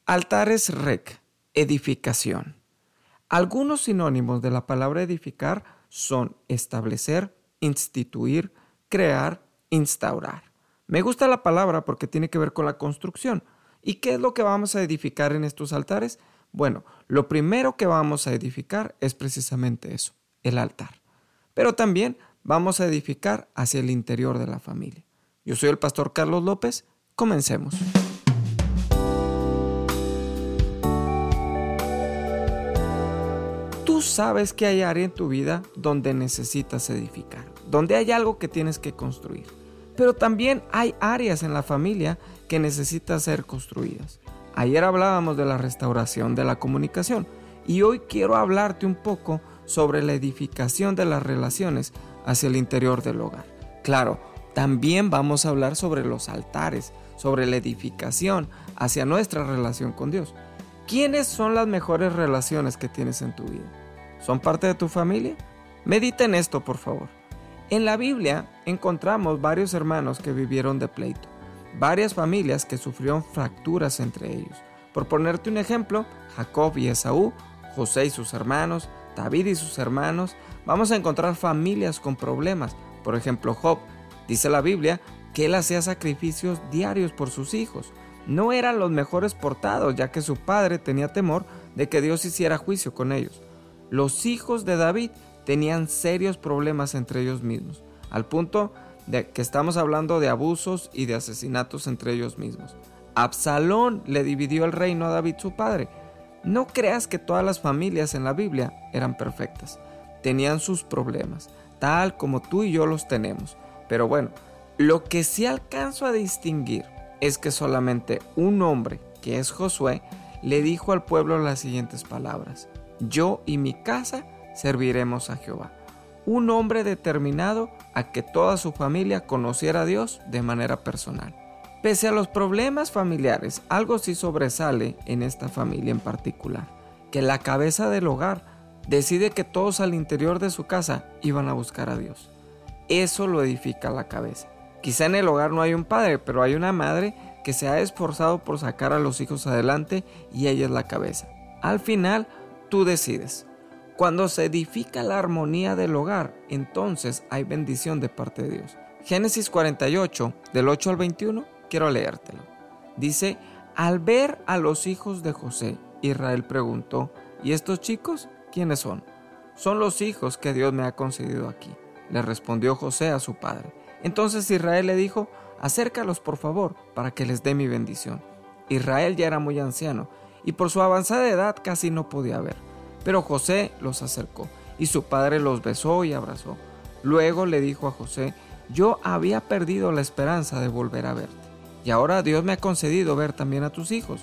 Altares rec, edificación. Algunos sinónimos de la palabra edificar son establecer, instituir, crear, instaurar. Me gusta la palabra porque tiene que ver con la construcción. ¿Y qué es lo que vamos a edificar en estos altares? Bueno, lo primero que vamos a edificar es precisamente eso, el altar. Pero también vamos a edificar hacia el interior de la familia. Yo soy el pastor Carlos López. Comencemos. Tú sabes que hay área en tu vida donde necesitas edificar, donde hay algo que tienes que construir. Pero también hay áreas en la familia que necesitan ser construidas. Ayer hablábamos de la restauración de la comunicación y hoy quiero hablarte un poco sobre la edificación de las relaciones hacia el interior del hogar. Claro, también vamos a hablar sobre los altares, sobre la edificación hacia nuestra relación con Dios. ¿Quiénes son las mejores relaciones que tienes en tu vida? ¿Son parte de tu familia? Medita en esto, por favor. En la Biblia encontramos varios hermanos que vivieron de pleito, varias familias que sufrieron fracturas entre ellos. Por ponerte un ejemplo, Jacob y Esaú, José y sus hermanos, David y sus hermanos. Vamos a encontrar familias con problemas. Por ejemplo, Job, dice la Biblia que él hacía sacrificios diarios por sus hijos. No eran los mejores portados, ya que su padre tenía temor de que Dios hiciera juicio con ellos. Los hijos de David tenían serios problemas entre ellos mismos, al punto de que estamos hablando de abusos y de asesinatos entre ellos mismos. Absalón le dividió el reino a David, su padre. No creas que todas las familias en la Biblia eran perfectas. Tenían sus problemas, tal como tú y yo los tenemos. Pero bueno, lo que sí alcanzo a distinguir es que solamente un hombre, que es Josué, le dijo al pueblo las siguientes palabras: yo y mi casa serviremos a Jehová. Un hombre determinado a que toda su familia conociera a Dios de manera personal. Pese a los problemas familiares, algo sí sobresale en esta familia en particular, que la cabeza del hogar decide que todos al interior de su casa iban a buscar a Dios. Eso lo edifica la cabeza. Quizá en el hogar no hay un padre, pero hay una madre que se ha esforzado por sacar a los hijos adelante y ella es la cabeza. Al final, tú decides. Cuando se edifica la armonía del hogar, entonces hay bendición de parte de Dios. Génesis 48, del 8 al 21, quiero leértelo. Dice: al ver a los hijos de José, Israel preguntó: ¿y estos chicos quiénes son? Son los hijos que Dios me ha concedido aquí, le respondió José a su padre. Entonces Israel le dijo: acércalos por favor, para que les dé mi bendición. Israel ya era muy anciano, y por su avanzada edad casi no podía ver. Pero José los acercó, y su padre los besó y abrazó. Luego le dijo a José: yo había perdido la esperanza de volver a verte, y ahora Dios me ha concedido ver también a tus hijos.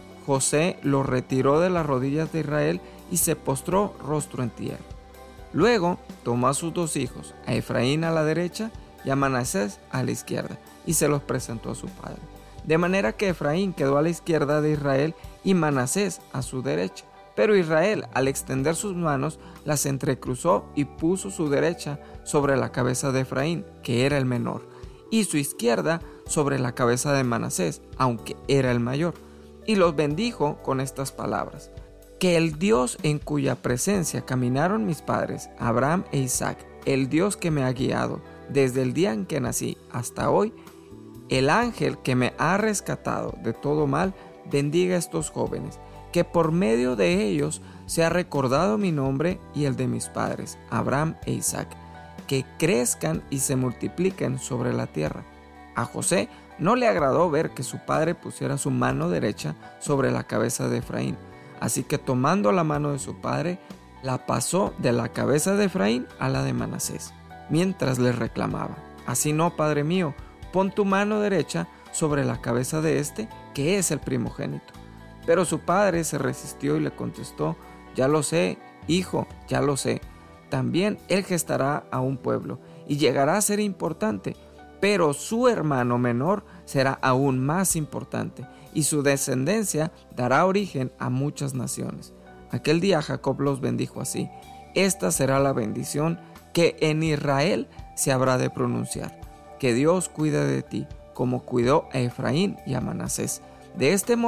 José los retiró de las rodillas de Israel y se postró rostro en tierra. Luego tomó a sus dos hijos, a Efraín a la derecha y a Manasés a la izquierda, y se los presentó a su padre. De manera que Efraín quedó a la izquierda de Israel y Manasés a su derecha. Pero Israel, al extender sus manos, las entrecruzó y puso su derecha sobre la cabeza de Efraín, que era el menor, y su izquierda sobre la cabeza de Manasés, aunque era el mayor, y los bendijo con estas palabras: que el Dios en cuya presencia caminaron mis padres, Abraham e Isaac, el Dios que me ha guiado desde el día en que nací hasta hoy, el ángel que me ha rescatado de todo mal, bendiga a estos jóvenes, que por medio de ellos se ha recordado mi nombre y el de mis padres, Abraham e Isaac, que crezcan y se multipliquen sobre la tierra. A José no le agradó ver que su padre pusiera su mano derecha sobre la cabeza de Efraín, así que tomando la mano de su padre, la pasó de la cabeza de Efraín a la de Manasés, mientras le reclamaba: así no, padre mío, pon tu mano derecha sobre la cabeza de este, que es el primogénito. Pero su padre se resistió y le contestó: ya lo sé, hijo, ya lo sé. También él gestará a un pueblo y llegará a ser importante, pero su hermano menor será aún más importante y su descendencia dará origen a muchas naciones. Aquel día Jacob los bendijo así: esta será la bendición que en Israel se habrá de pronunciar, que Dios cuide de ti, como cuidó a Efraín y a Manasés. De este modo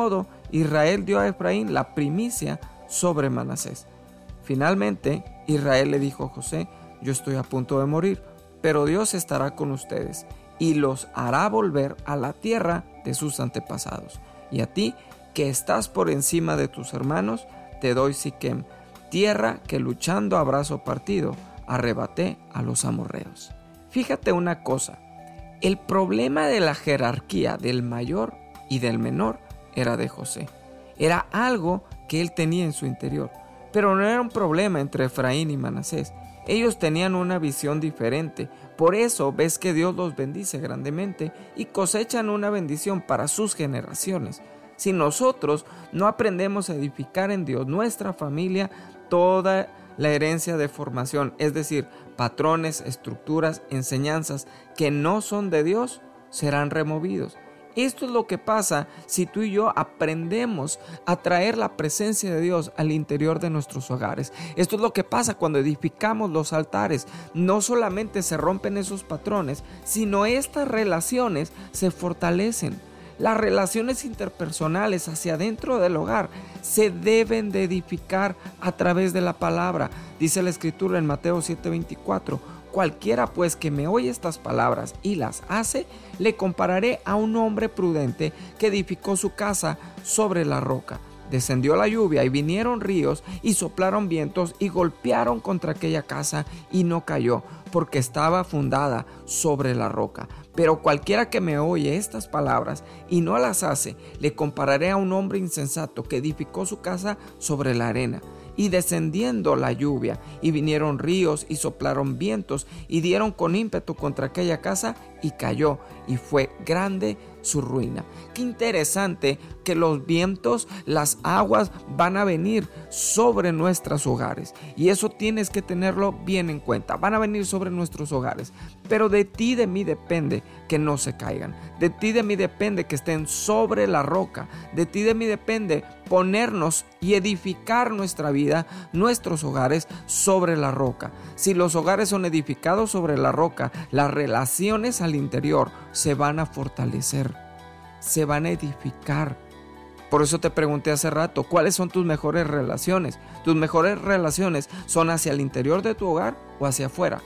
Israel dio a Efraín la primicia sobre Manasés. Finalmente, Israel le dijo a José: yo estoy a punto de morir, pero Dios estará con ustedes y los hará volver a la tierra de sus antepasados. Y a ti, que estás por encima de tus hermanos, te doy Siquem, tierra que luchando a brazo partido arrebaté a los amorreos. Fíjate una cosa, el problema de la jerarquía del mayor y del menor era de José. Era algo que él tenía en su interior, pero no era un problema entre Efraín y Manasés. Ellos tenían una visión diferente. Por eso ves que Dios los bendice grandemente y cosechan una bendición para sus generaciones. Si nosotros no aprendemos a edificar en Dios nuestra familia, toda la herencia de formación, es decir, patrones, estructuras, enseñanzas que no son de Dios, serán removidos. Esto es lo que pasa si tú y yo aprendemos a traer la presencia de Dios al interior de nuestros hogares. Esto es lo que pasa cuando edificamos los altares. No solamente se rompen esos patrones, sino estas relaciones se fortalecen. Las relaciones interpersonales hacia adentro del hogar se deben de edificar a través de la palabra. Dice la Escritura en Mateo 7:24. Cualquiera pues que me oye estas palabras y las hace, le compararé a un hombre prudente que edificó su casa sobre la roca. Descendió la lluvia y vinieron ríos y soplaron vientos y golpearon contra aquella casa y no cayó, porque estaba fundada sobre la roca. Pero cualquiera que me oye estas palabras y no las hace, le compararé a un hombre insensato que edificó su casa sobre la arena. Y descendiendo la lluvia, y vinieron ríos y soplaron vientos, y dieron con ímpetu contra aquella casa, y cayó, y fue grande su ruina. Qué interesante que los vientos, las aguas van a venir sobre nuestros hogares, y eso tienes que tenerlo bien en cuenta. Van a venir sobre nuestros hogares, pero de ti y de mí depende que no se caigan. De ti y de mí depende que estén sobre la roca. De ti y de mí depende ponernos y edificar nuestra vida, nuestros hogares sobre la roca. Si los hogares son edificados sobre la roca, las relaciones al interior se van a fortalecer, se van a edificar. Por eso te pregunté hace rato, ¿cuáles son tus mejores relaciones? ¿Tus mejores relaciones son hacia el interior de tu hogar o hacia afuera?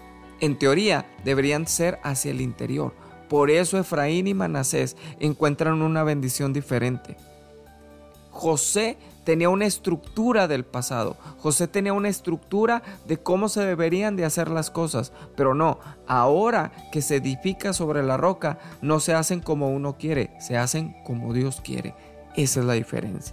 En teoría deberían ser hacia el interior. Por eso Efraín y Manasés encuentran una bendición diferente. José tenía una estructura del pasado. José tenía una estructura de cómo se deberían de hacer las cosas. Pero no, ahora que se edifica sobre la roca, no se hacen como uno quiere, se hacen como Dios quiere. Esa es la diferencia.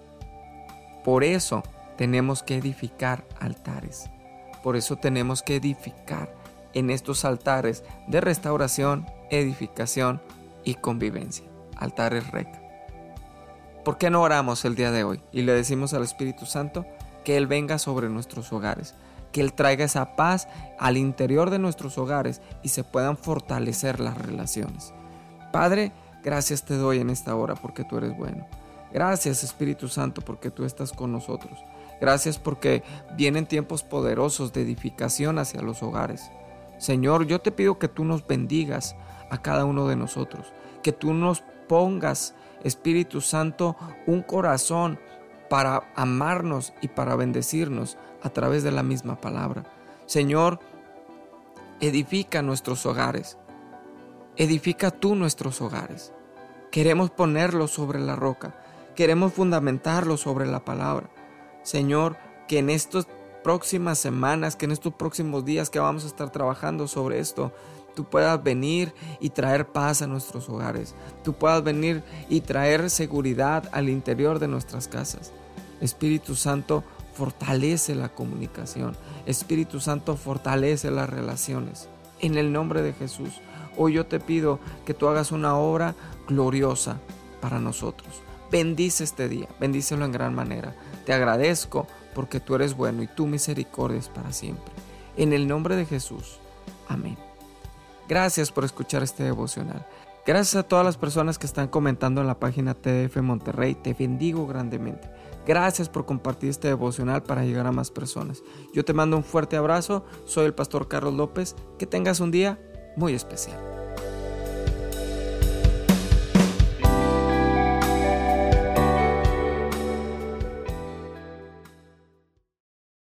Por eso tenemos que edificar altares. Por eso tenemos que edificar en estos altares de restauración, edificación y convivencia. Altares REC. ¿Por qué no oramos el día de hoy y le decimos al Espíritu Santo que Él venga sobre nuestros hogares, que Él traiga esa paz al interior de nuestros hogares y se puedan fortalecer las relaciones? Padre, gracias te doy en esta hora porque tú eres bueno. Gracias, Espíritu Santo, porque tú estás con nosotros. Gracias porque vienen tiempos poderosos de edificación hacia los hogares. Señor, yo te pido que tú nos bendigas a cada uno de nosotros, que tú nos pongas, Espíritu Santo, un corazón para amarnos y para bendecirnos a través de la misma palabra. Señor, edifica nuestros hogares. Edifica tú nuestros hogares. Queremos ponerlos sobre la roca. Queremos fundamentarlos sobre la palabra. Señor, que en estas próximas semanas, que en estos próximos días que vamos a estar trabajando sobre esto, tú puedas venir y traer paz a nuestros hogares. Tú puedas venir y traer seguridad al interior de nuestras casas. Espíritu Santo, fortalece la comunicación. Espíritu Santo, fortalece las relaciones. En el nombre de Jesús, hoy yo te pido que tú hagas una obra gloriosa para nosotros. Bendice este día, bendícelo en gran manera. Te agradezco porque tú eres bueno y tu misericordia es para siempre. En el nombre de Jesús, amén. Gracias por escuchar este devocional. Gracias a todas las personas que están comentando en la página TDF Monterrey. Te bendigo grandemente. Gracias por compartir este devocional para llegar a más personas. Yo te mando un fuerte abrazo. Soy el pastor Carlos López. Que tengas un día muy especial.